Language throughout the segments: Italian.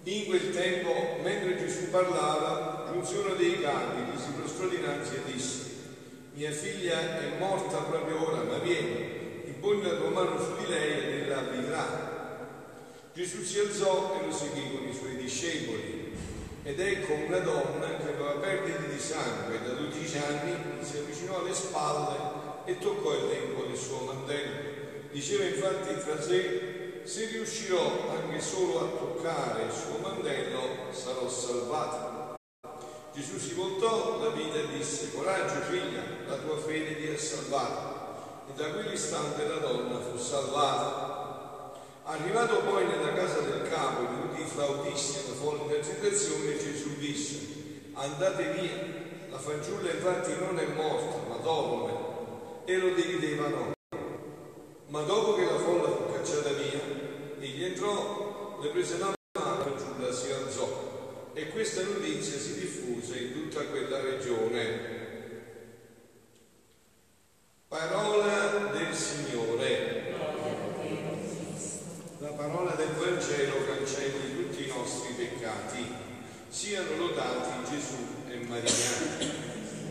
In quel tempo, mentre Gesù parlava, giunse uno dei capi, gli si prostrò dinanzi e disse: mia figlia è morta proprio ora, ma vieni, imponi la tua mano su di lei e la vivrà. Gesù si alzò e lo seguì con i suoi discepoli. Ed ecco una donna che aveva perdite di sangue da 12 anni si avvicinò alle spalle e toccò il lembo del suo mantello. Diceva infatti tra sé: se riuscirò anche solo a toccare il suo mantello sarò salvato. Gesù si voltò, la vide e disse: coraggio figlia, la tua fede ti ha salvato. E da quell'istante la donna fu salvata. Arrivato poi nella casa del capo, venuti i flautisti e la folle intercettazione, Gesù disse: andate via, la fanciulla infatti non è morta ma dorme. E lo dividevano. Ma dopo che la folla fu cacciata via, egli entrò, le prese la mano, la fanciulla si alzò, e questa notizia si diffuse in tutta quella regione. Parola del Signore. La parola del Vangelo cancelli tutti i nostri peccati. Siano lodati Gesù e Maria.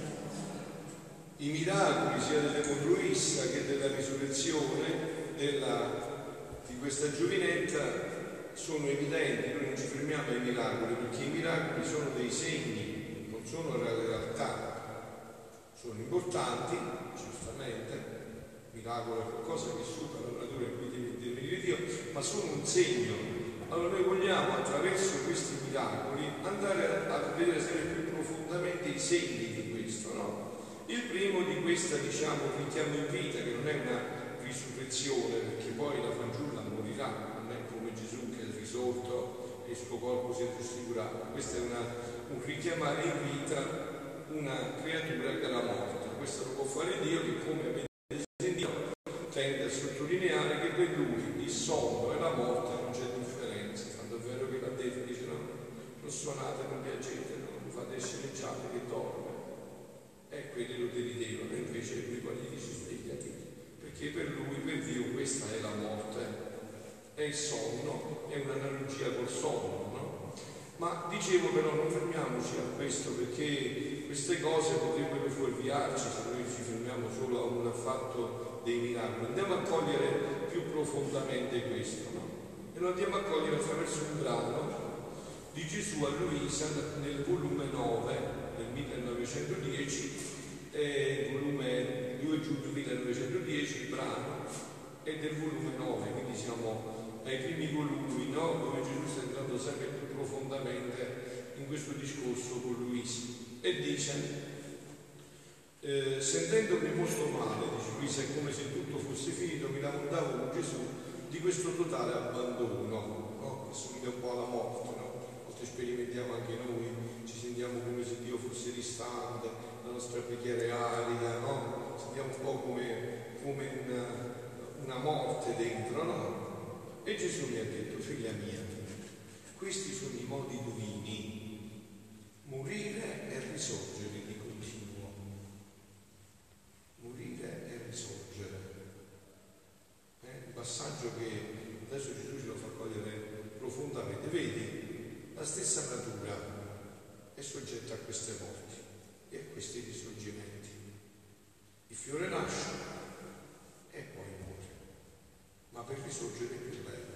I miracoli sia dell'emorroissa che della risurrezione di questa giovinetta sono evidenti. Noi non ci fermiamo ai miracoli, perché i miracoli sono dei segni, non sono la realtà. Sono importanti, giustamente. Il miracolo è qualcosa che supera la natura intuitiva di Dio, ma sono un segno. Allora noi vogliamo attraverso questi miracoli andare a vedere sempre più profondamente i segni di questo, no? Il primo di questa, richiamo in vita, che non è una risurrezione, perché poi la fanciulla morirà, non è come Gesù che è risorto e il suo corpo si è trasfigurato. Questo è un richiamare in vita una creatura che era morta. Questo lo può fare Dio, che come avete sentito tende a sottolineare che per lui il sonno e la morte non c'è differenza. Tanto è vero che l'ha detto, dice no, non suonate, non piangete, non fate sceneggiate che dorme. E quelli lo deridevano, invece lui poi gli dice svegliati, perché per lui, per Dio, questa è la morte, è il sonno, è un'analogia col sonno, no? Ma dicevo però non fermiamoci a questo, perché queste cose potrebbero fuorviarci se noi ci fermiamo solo a un fatto dei miracoli. Andiamo a cogliere più profondamente questo, no? E lo andiamo a cogliere attraverso un brano di Gesù a Luisa nel volume 9 del 1910, volume 2 giugno 1910, il brano è del volume 9, quindi siamo ai primi volumi, no? Dove Gesù sta entrando sempre più profondamente in questo discorso con Luisa. E dice: sentendo che molto male, dice Luisa, è come se tutto fosse finito, mi lamentavo con Gesù di questo totale abbandono, no? Che somiglia un po' alla morte, no? Sperimentiamo anche noi, ci sentiamo come se Dio fosse distante, la nostra preghiera è arida, no? Sentiamo un po' come una morte dentro, no? E Gesù mi ha detto: figlia mia, questi sono i modi divini, morire e risorgere di continuo. Morire e risorgere. Un passaggio che adesso Gesù ce lo fa cogliere profondamente. Vedi? La stessa natura è soggetta a queste morti e a questi risorgimenti. Il fiore nasce e poi muore, ma per risorgere è più bello.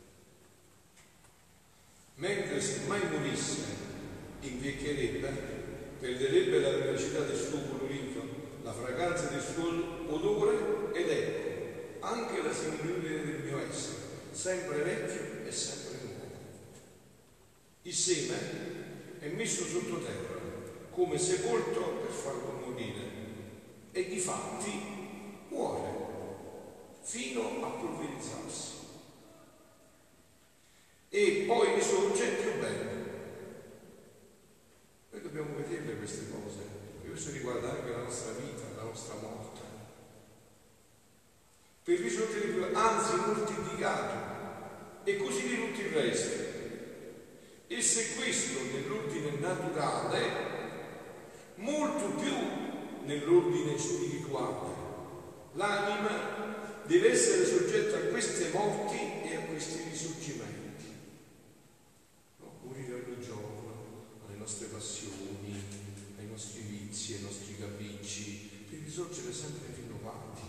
Mentre se mai morisse invecchierebbe, perderebbe la vivacità del suo colorito, la fragranza del suo odore, ed ecco anche la similitudine del mio essere, sempre vecchio e sempre nuovo. Il seme è messo sottoterra come sepolto per farlo morire, e difatti muore fino a polverizzarsi e poi risorge più bello. Noi dobbiamo vederle queste cose, perché questo riguarda anche la nostra vita, la nostra morte. Per risorgere più, anzi moltiplicato, e così di tutto il resto. E se questo nell'ordine naturale, molto più nell'ordine spirituale. L'anima deve essere soggetta a queste morti e a questi risorgimenti. No? risorgere sempre rinnovati.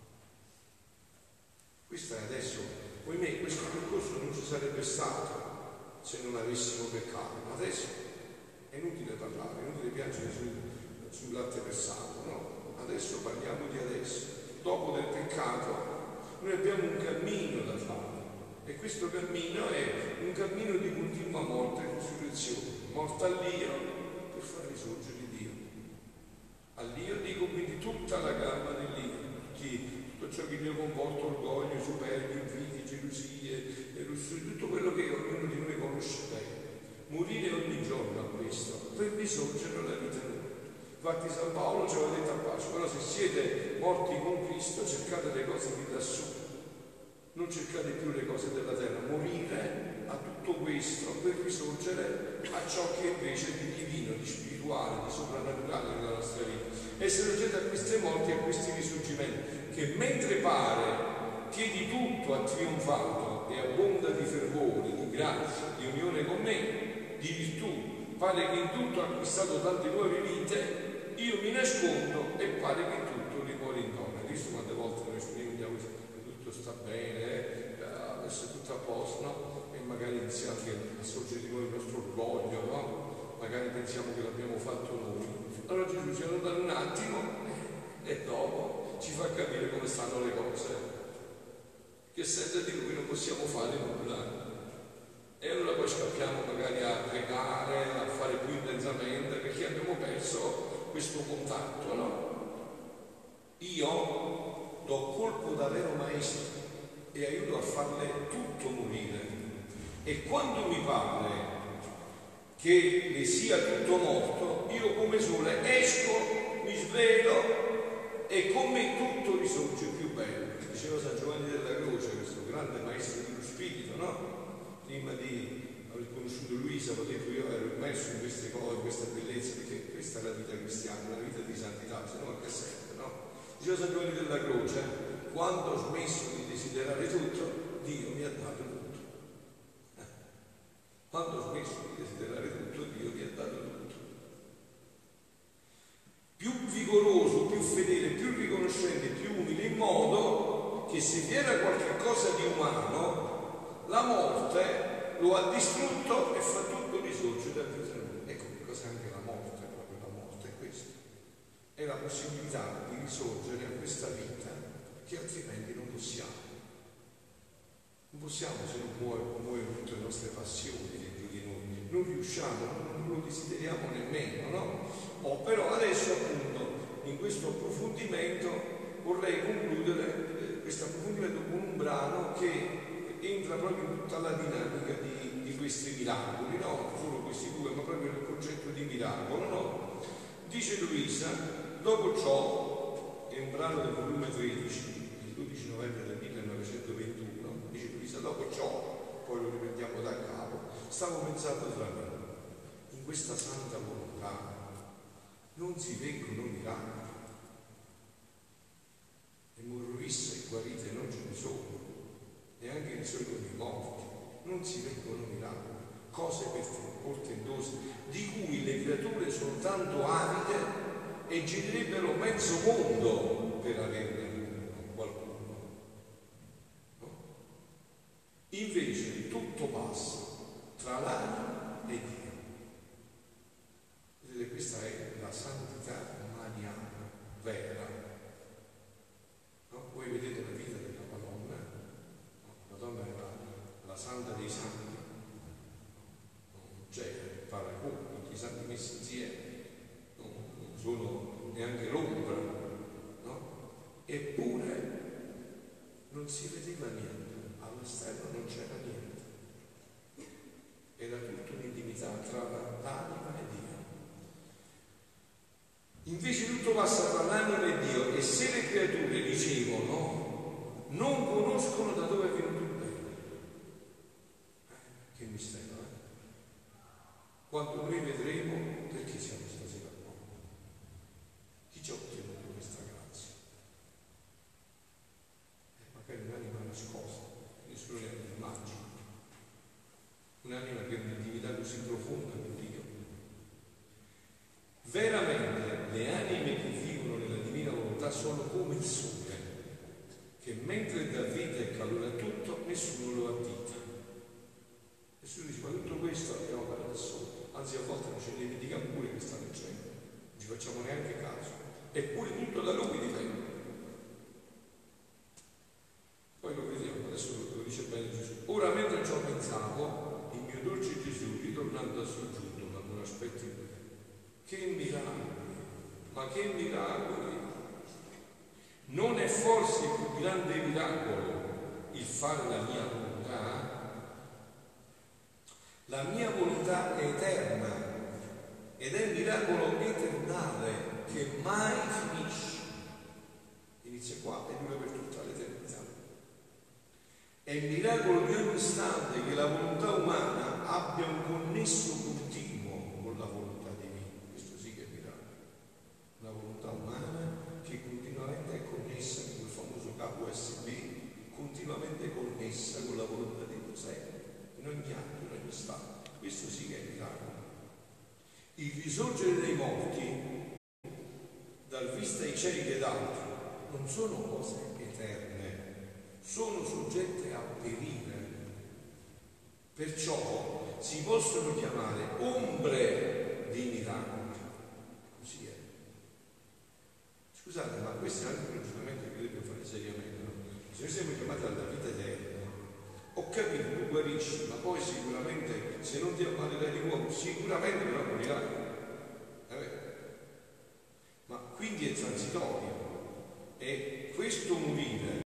Questo è adesso, ohimè, questo percorso non ci sarebbe stato se non avessimo peccato, ma adesso è inutile parlare, è inutile piangere sul latte versato, no? Adesso parliamo di adesso. Dopo del peccato noi abbiamo un cammino da fare, e questo cammino è un cammino di continua morte e risurrezione, morte all'io per far risorgere Dio. All'io dico quindi tutta la gamma dell'io, tutto ciò che Dio comporta, orgoglio, superbia, invidie, gelosie, tutto quello che ognuno di noi conosce bene. Morire ogni giorno a questo per risorgere alla vita nuova. Infatti San Paolo ci aveva detto a Pace: però se siete morti con Cristo, cercate le cose di lassù, non cercate più le cose della terra. Morire a tutto questo per risorgere a ciò che invece è di divino, di spirituale, di soprannaturale nella nostra vita. Essere oggetto a queste morti e a questi risorgimenti, che mentre pare che di tutto ha trionfato e abbonda di fervore, di grazia, di unione con me, di virtù, pare che in tutto ha acquistato tante nuove vite, io mi nascondo e pare che tutto rimuore intorno. Visto quante volte noi speriamo che tutto sta bene, adesso è tutto a posto, no? E magari inizia anche a sorgere di noi il nostro orgoglio, no? Magari pensiamo che l'abbiamo fatto noi. Allora Gesù ci allonta un attimo e dopo ci fa capire come stanno le cose, che senza di lui non possiamo fare nulla. E allora poi scappiamo magari a pregare, a fare più intensamente, perché abbiamo perso questo contatto, no? Io do colpo da vero maestro e aiuto a farle tutto morire, e quando mi pare che le sia tutto morto, io come sole esco, mi svelo e con me tutto risorge più bello. Diceva San Giovanni della Croce, questo grande maestro dello spirito, no? Prima di aver conosciuto Luisa, ho detto: io ero immerso in queste cose, in questa bellezza, perché questa è la vita cristiana, la vita di santità, se no che serve, no? Diceva San Giovanni della Croce: quando ho smesso di desiderare tutto, Dio mi ha dato tutto. Quando ho smesso di desiderare tutto, Dio mi ha dato tutto. Più vigoroso, più fedele, più riconoscente, più umile, in modo che se vi era qualche cosa di umano, la morte lo ha distrutto e fa tutto risorgere a vita nuova. Ecco che cos'è anche la morte, proprio la morte è questo. È la possibilità di risorgere a questa vita che altrimenti non possiamo. Non possiamo se non muoiono tutte le nostre passioni dentro di noi. Non riusciamo, non lo desideriamo nemmeno, no? Però adesso appunto in questo approfondimento vorrei concludere questo approfondimento con un brano che entra proprio in tutta la dinamica di questi miracoli, no? Non solo questi due, ma proprio nel concetto di miracolo, no? Dice Luisa: dopo ciò, è un brano del volume 13, il 12 novembre del 1921, dice Luisa: dopo ciò, poi lo ripetiamo da capo, stavo pensando tra me, in questa santa volontà non si vengono miracoli, e morrovisse e guarite non ce ne sono, neanche in sogno di morti, non si vengono miracoli, cose portentose di cui le creature sono tanto avide e girerebbero mezzo mondo per averne qualcuno, no? Invece tutto passa tra l'anima e Dio. Vedete, questa è la santità mariana vera, no? Voi vedete la vita della Madonna. La Madonna è la santa dei santi, non c'è paragone, tutti i santi messi insieme non sono neanche l'ombra, no? Eppure non si vedeva niente, all'esterno non c'era niente, era tutta un'intimità tra l'anima e Dio. Invece tutto passa tra l'anima e Dio, e se le creature ricevono, non conoscono da dove è venuto il bene. Che mistero, eh? Quando noi vedremo perché siamo stasera qua, chi ci ha ottenuto questa grazia? Magari un'anima nascosta, nessuno neanche immagina, un'anima che ha un'intimità così profonda con Dio. Veramente le anime che vivono nella divina volontà volontà sono come il sole, che mentre dà vita e calore a tutto, nessuno lo addita. Nessuno dice, ma tutto questo è opera del sole. Anzi, a volte non ce ne dimentichiamo pure che sta leggendo, non ci facciamo neanche caso. Eppure tutto da lui dipende. Poi lo vediamo, adesso lo dice bene Gesù. Ora, mentre ciò pensavo, il mio dolce Gesù, ritornando a soggiunto, ma non aspetti, che miracoli, ma che miracoli! Non è forse il più grande miracolo il fare la mia volontà? La mia volontà è eterna ed è un miracolo eternale che mai finisce. Inizia qua e dura per tutta l'eternità. È il miracolo di ogni istante che la volontà umana abbia un connesso continuo con la volontà divina. Questo sì che è il miracolo. Una volontà umana che continuamente è connessa con il famoso cavo USB, continuamente connessa con la volontà di Dio, sempre, in ogni atto, in ogni stato. Questo sì che è il miracolo. Il risorgere dei morti, dal vista ai cieli ed altri, non sono cose eterne, sono soggette a perire. Perciò si possono chiamare ombre di miracoli. Così è. Scusate, ma questo è anche un ragionamento che dobbiamo fare seriamente, no? Se noi siamo chiamati alla vita eterna, ho capito, tu guarisci, ma poi sicuramente se non ti ammalerai di nuovo, sicuramente però morirai. Ma quindi è transitorio. E questo morire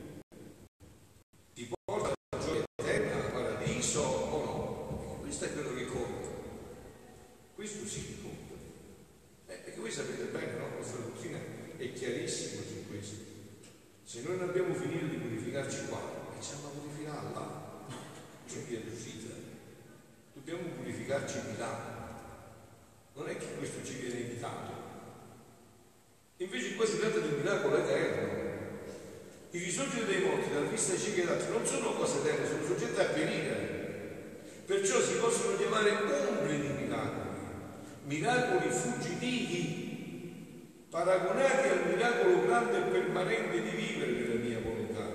ti porta alla gioia eterna, al paradiso o no? Perché questo è quello che conta. Questo sì che conta. Perché voi sapete bene, no? La nostra dottrina è chiarissima su questo. Se noi non abbiamo finito di purificarci qua, iniziamo a purificare là, cioè via d'uscita. Dobbiamo purificarci di là. Non è che questo ci viene evitato. Invece qua si tratta di un miracolo eterno. I risorgere dei morti dalla vista cieca ed altri non sono cose eterne, sono soggette a perire. Perciò si possono chiamare ombre di miracoli, miracoli fuggitivi, paragonati al miracolo grande e permanente di vivere nella mia volontà.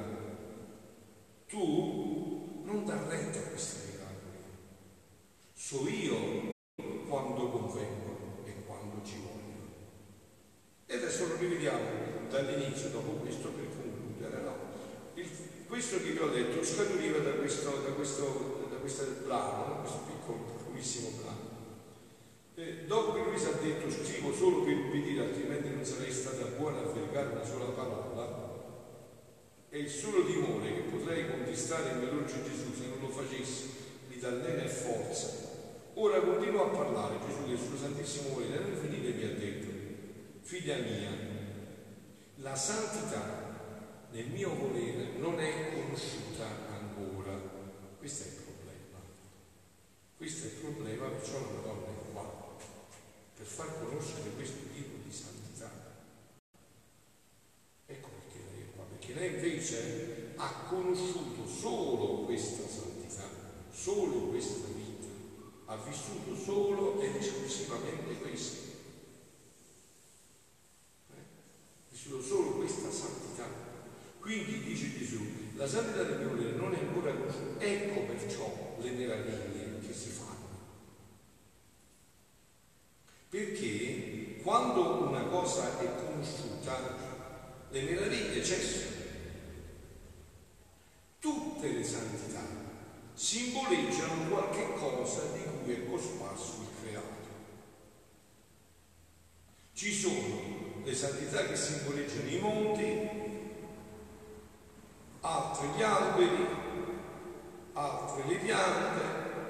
Tu non dà retta a questi miracoli. So io quando convengo e quando ci voglio. E adesso lo rivediamo dall'inizio, dopo questo, per concludere. No? Questo che vi ho detto scaturiva da questo brano, no? Questo piccolissimo brano. Dopo che Luisa ha detto scrivo solo per ubbidire, altrimenti non sarei stata buona a vergare una sola parola, è il solo timore che potrei conquistare il mio dolce Gesù se non lo facessi, mi dà almeno forza. Ora continuo a parlare, Gesù del suo santissimo volere, non finire mi ha detto, figlia mia, la santità nel mio volere non è conosciuta ancora. Questo è il problema. Questo è il problema, perciò la Madonna è qua, per far conoscere questo tipo di santità. Ecco perché lei è qua, perché lei invece ha conosciuto solo questa santità, solo questa vita, ha vissuto solo ed esclusivamente questo. Vissuto solo questa santità. Quindi dice Gesù, la santità del mio volere non è ancora conosciuta. Ecco perciò le meraviglie che si fanno. Perché quando una cosa è conosciuta, le meraviglie cessano. Tutte le santità simboleggiano qualche cosa di cui è cosparso il creato. Ci sono le santità che simboleggiano i monti, altre gli alberi, altre le piante,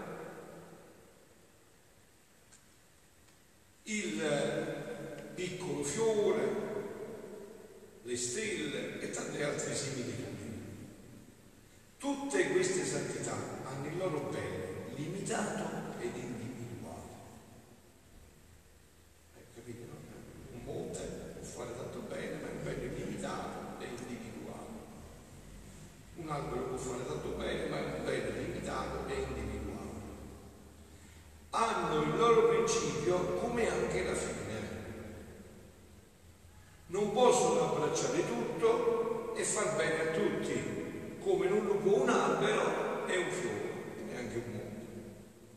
il piccolo fiore, le stelle e tante altre similitudini. Tutte queste santità hanno il loro bene limitato ed individuale. Capite, no? Un monte può fare tanto bene, ma è un bene limitato e individuale. Un albero può fare tanto bene, ma è un bene limitato e individuale. Hanno il loro principio come anche la fine. Non possono abbracciare tutto e far bene a tutti, come non lo può un albero e un fiore, neanche un mondo.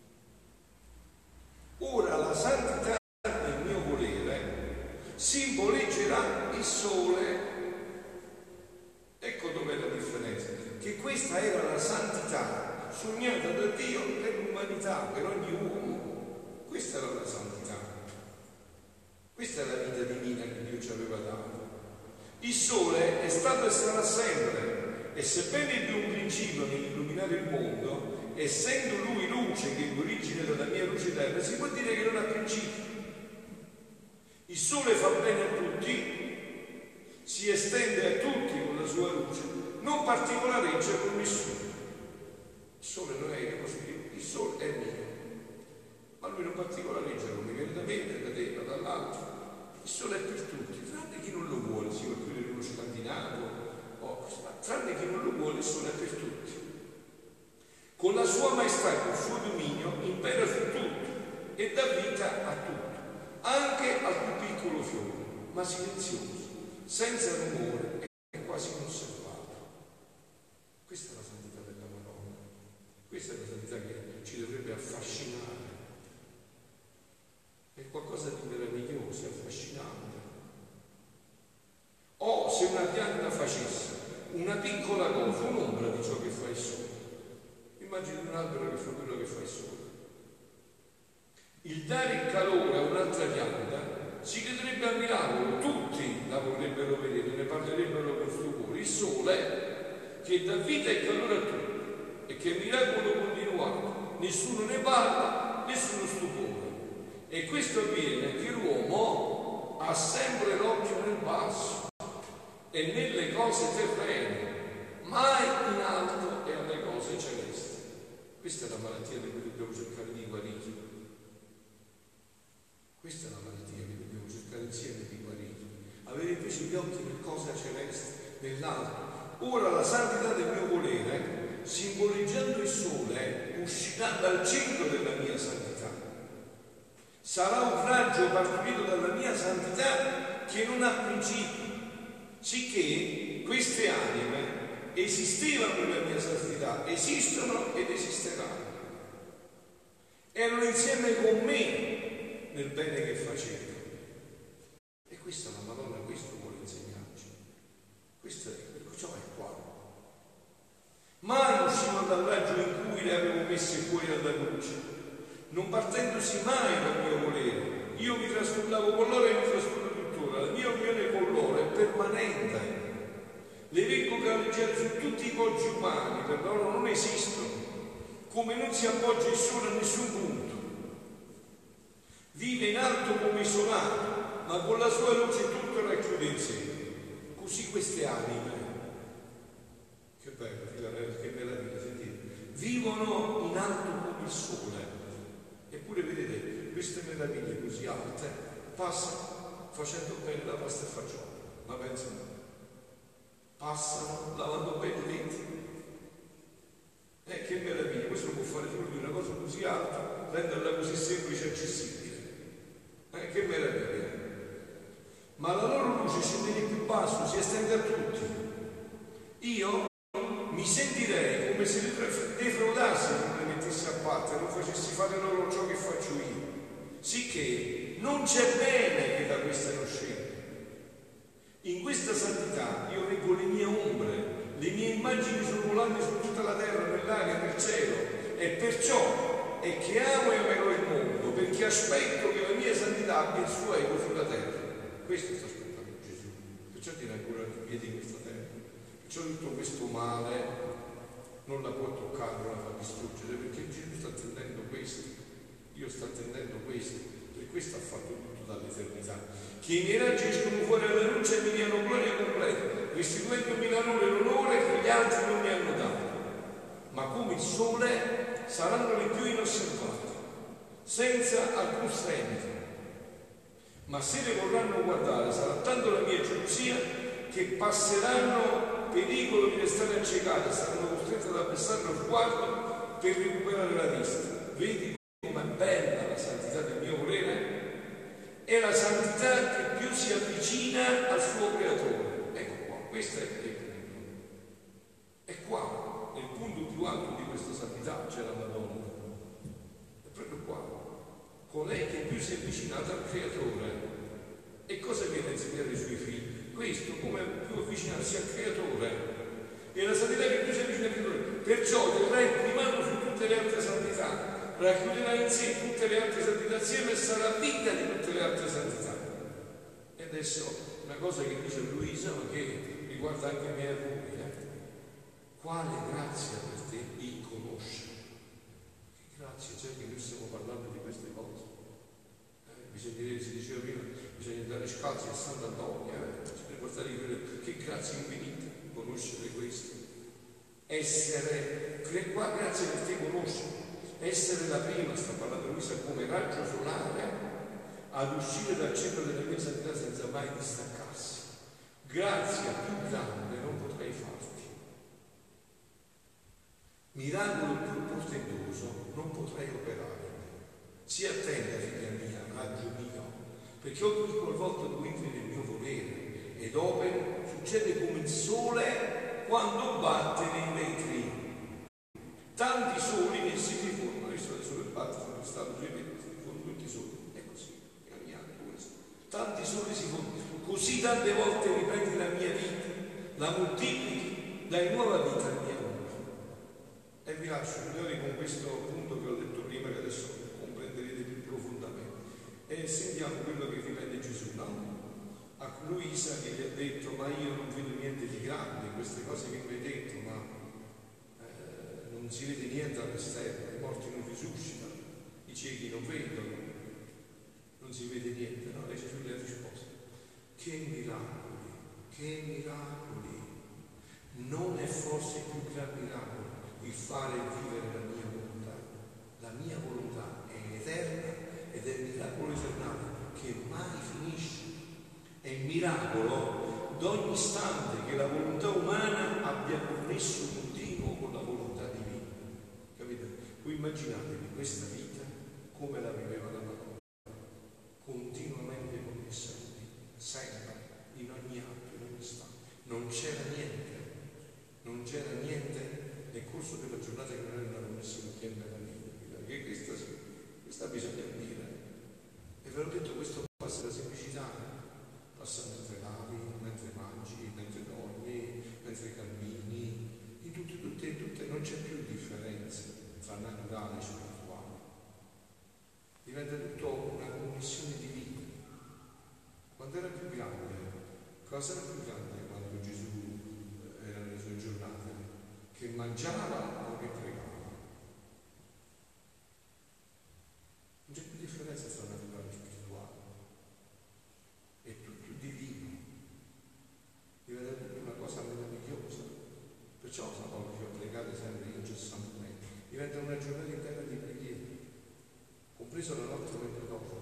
Ora la santità del mio volere simboleggerà il sole. Ecco dov'è la differenza, che questa era la santità sognata da Dio per l'umanità, per ogni uomo. Questa era la santità, questa è la vita divina che Dio ci aveva dato. Il sole è stato e sarà sempre, e sebbene ebbe un principio nell'illuminare il mondo, essendo lui luce che origina dalla mia luce eterna, si può dire che non ha principio. Il sole fa bene a tutti, si estende a tutti con la sua luce, non particolareggia con nessuno. Il sole non è che posso dire, il sole è mio, ma lui non particolareggia con me, viene da me, da te, dall'altro. Il sole è per tutti, tranne chi non lo vuole, si può chiudere uno scandinavo, tranne chi non lo vuole, il sole è per tutti. Con la sua maestà e col suo dominio impera su tutto e dà vita a tutto, anche al più piccolo fiore, ma silenzioso, senza rumore e quasi inosservato. Questa è la santità della Madonna, questa è la santità che ci dovrebbe affascinare. È qualcosa di meraviglioso, affascinante. O se una pianta facesse una piccola cosa, un'ombra di ciò che fa il sole. Immagini un albero che fa quello che fa il sole. Il dare il calore a un'altra pianta si crederebbe a miracolo, tutti la vorrebbero vedere, ne parlerebbero con stupore. Il sole che dà vita e calore a tutti e che è miracolo continuato, nessuno ne parla, nessuno stupore. E questo avviene perché l'uomo ha sempre l'occhio nel basso e nelle cose terrene, mai in alto e alle cose celesti. Questa è la malattia che dobbiamo cercare di guarire. Questa è la malattia che dobbiamo cercare insieme di guarire. Avere invece gli occhi nelle cose celesti, nell'alto. Ora la santità del mio volere, simboleggiando il sole, uscirà dal centro della mia santità. Sarà un raggio partorito dalla mia santità che non ha principio, sicché queste anime esistevano nella mia santità, esistono ed esisteranno. Erano insieme con me nel bene che facevo. E questa la Madonna, questo vuole insegnarci. Questo è, ciò è qua. Mai uscivano dal raggio in cui le avevo messe fuori dalla luce, non partendosi mai dal mio volere. Io mi trasformavo con loro e mi trasformo tuttora. La mia unione con loro è permanente. Le vengo galleggiare su tutti i poggi umani, per loro non esistono, come non si appoggia il sole a nessun punto. Vive in alto come isolato, ma con la sua luce tutto racchiude in sé. Così queste anime, che bello, che meraviglia, sentite, vivono in alto come il sole. Eppure vedete, queste meraviglie così alte passano facendo bene la pasta e fagioli, ma pensano, passano lavando bene i denti. Che meraviglia, questo lo può fare solo di una cosa così alta, renderla così semplice e accessibile. Che meraviglia. Ma la loro luce scende in più basso, si estende a tutti. Io mi sentirei come se le defraudassi se non le mettessi a parte, non facessi fare loro ciò che faccio io. Sicché non c'è bene che da questa non scenda. In questa santità io reggo le mie ombre, le mie immagini sorvolanti su tutta la terra, nell'aria, nel cielo, e perciò è che amo e amerò il mondo, perché aspetto che la mia santità abbia il suo eco sulla terra. Questo sta aspettando Gesù, perciò tiene ancora i piedi in questa terra, perciò tutto questo male non la può toccare, non la fa distruggere, perché Gesù sta attendendo questo, Dio sta attendendo questo, per questo ha fatto tutto dall'eternità. Che i miei raggi escono fuori alla luce e mi diano gloria completa, restituendomi l'onore che gli altri non mi hanno dato. Ma come il sole saranno le più inosservate, senza alcun stremito. Ma se le vorranno guardare sarà tanto la mia gelosia che passeranno pericolo di restare accecate, saranno costrette ad abbassare lo sguardo per recuperare la vista. Vedi com'è bella la santità del mio volere? È la santità che più si avvicina al suo creatore. questo è il punto. E qua, nel punto più alto di questa santità, c'è la Madonna. È proprio qua. Colei che più si è avvicinata al Creatore. E cosa viene a insegnare ai suoi figli? Questo, come più avvicinarsi al Creatore. E la santità che più si avvicina al Creatore. Perciò terrà il primato su tutte le altre santità, racchiuderà in sé tutte le altre santità assieme e sarà vita di tutte le altre santità. E adesso una cosa che dice Luisa, ma che riguarda anche me e voi, quale grazia per te di conoscere? Che grazia c'è che noi stiamo parlando di queste cose? Bisognerebbe, si diceva prima, bisogna andare scalzi a Sant'Antonio, bisogna portare che grazia infinita conoscere questo. Essere, qua grazie per te conoscere, essere la prima, sta parlando Luisa, come raggio solare ad uscire dal centro della mia santità senza mai distaccarsi. Grazia più grande non potrei farti. Miracolo più portentoso non potrei operare. Sii attenta, figlia mia, raggio mio, perché ogni qualvolta tu entri nel mio volere ed operi, succede come il sole quando batte nei vetri. Tanti soli che si riformano, adesso il sole batte, sono stato sui vetri, si riformano tutti i soli, è così, è ogni anno questo. Tanti soli si formano, così tante volte riprendi la mia vita, la moltiplichi, dai nuova vita al mio amore. E vi lascio, signori, con questo punto che ho detto prima, che adesso comprenderete più profondamente. E sentiamo quello che ripete Gesù, no? A Luisa che gli ha detto: ma io non vedo niente di grande, queste cose che mi hai detto, ma non si vede niente all'esterno, i morti non risuscitano, i ciechi non vedono, non si vede niente, no? E Gesù gli ha risposto: che miracoli, che miracoli! Non è forse il più gran miracolo il fare e vivere la mia volontà? La mia volontà è eterna ed è il miracolo eternale che mai finisce. È il miracolo d'ogni istante che la volontà umana abbia connesso continuo con la volontà divina. Capite? Voi immaginatevi questa vita come la viveva la Madonna, continuamente connessa con Dio, sempre, in ogni atto, in ogni istante. Non c'era niente nel corso della giornata che non era connessa con Dio nella vita. Perché questa bisogna dire. E ve l'ho detto, questo passa dalla semplicità. Passa mentre lavi, mentre mangi, mentre dormi, mentre cammini, in tutte, non c'è più differenza tra naturale e spirituale. Diventa tutto una connessione divina. Quando era più grande, cosa era più grande quando Gesù era nelle sue giornate? Che mangiava o che pregava? Non c'è più differenza tra naturale e spirituale. È tutto divino, diventa tutta una cosa meravigliosa. Perciò San Paolo diceva: pregate sempre incessantemente. Diventa una giornata intera di preghiera, compreso la notte mentre dormi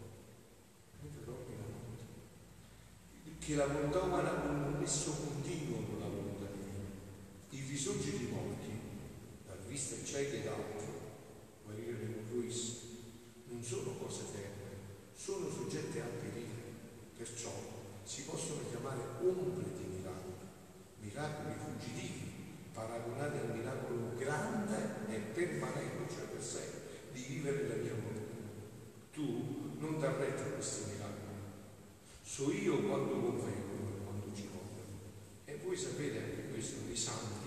la notte. Che la volontà umana ha un connesso continuo con la volontà divina. I risorgiti morti, dal vista cieche ed altro, guarire con Luis, non sono cose eterne, sono soggette a perire. Perciò si possono chiamare ombre di miracoli fuggitivi, paragonati al miracolo grande e permanente, cioè per sempre, di vivere la mia volontà. Tu non dar retta a questi miracoli, so io quando convengono e quando ci vogliono. E voi sapete anche questo, i santi,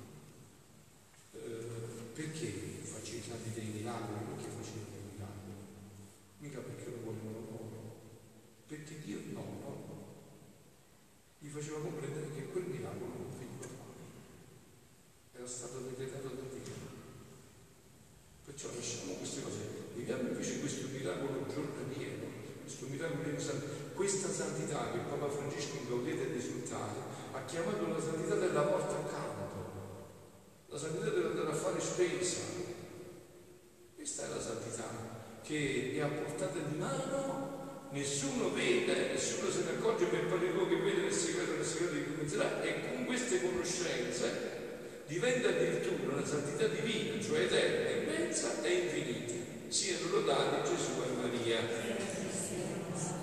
perché facevano dei miracoli? Perché facevano dei miracoli? Mica perché lo volevano loro, perché Dio no, gli faceva comprendere che quel miracolo non veniva fatto, era stato decretato da Dio. Perciò lasciamo queste cose, viviamo invece questo miracolo giornaliero, questo miracolo di santità, questa santità che Papa Francesco in Gaudete ed Esultare ha chiamato la santità della porta accanto, la santità dell'andare a fare spesa. Questa è la santità che è a portata di mano, nessuno vede, nessuno se ne accorge, per fare quello che vede nel segreto di comincerà, e con queste conoscenze diventa addirittura una santità divina, cioè eterna, immensa e infinita. Siano lodati Gesù e Maria.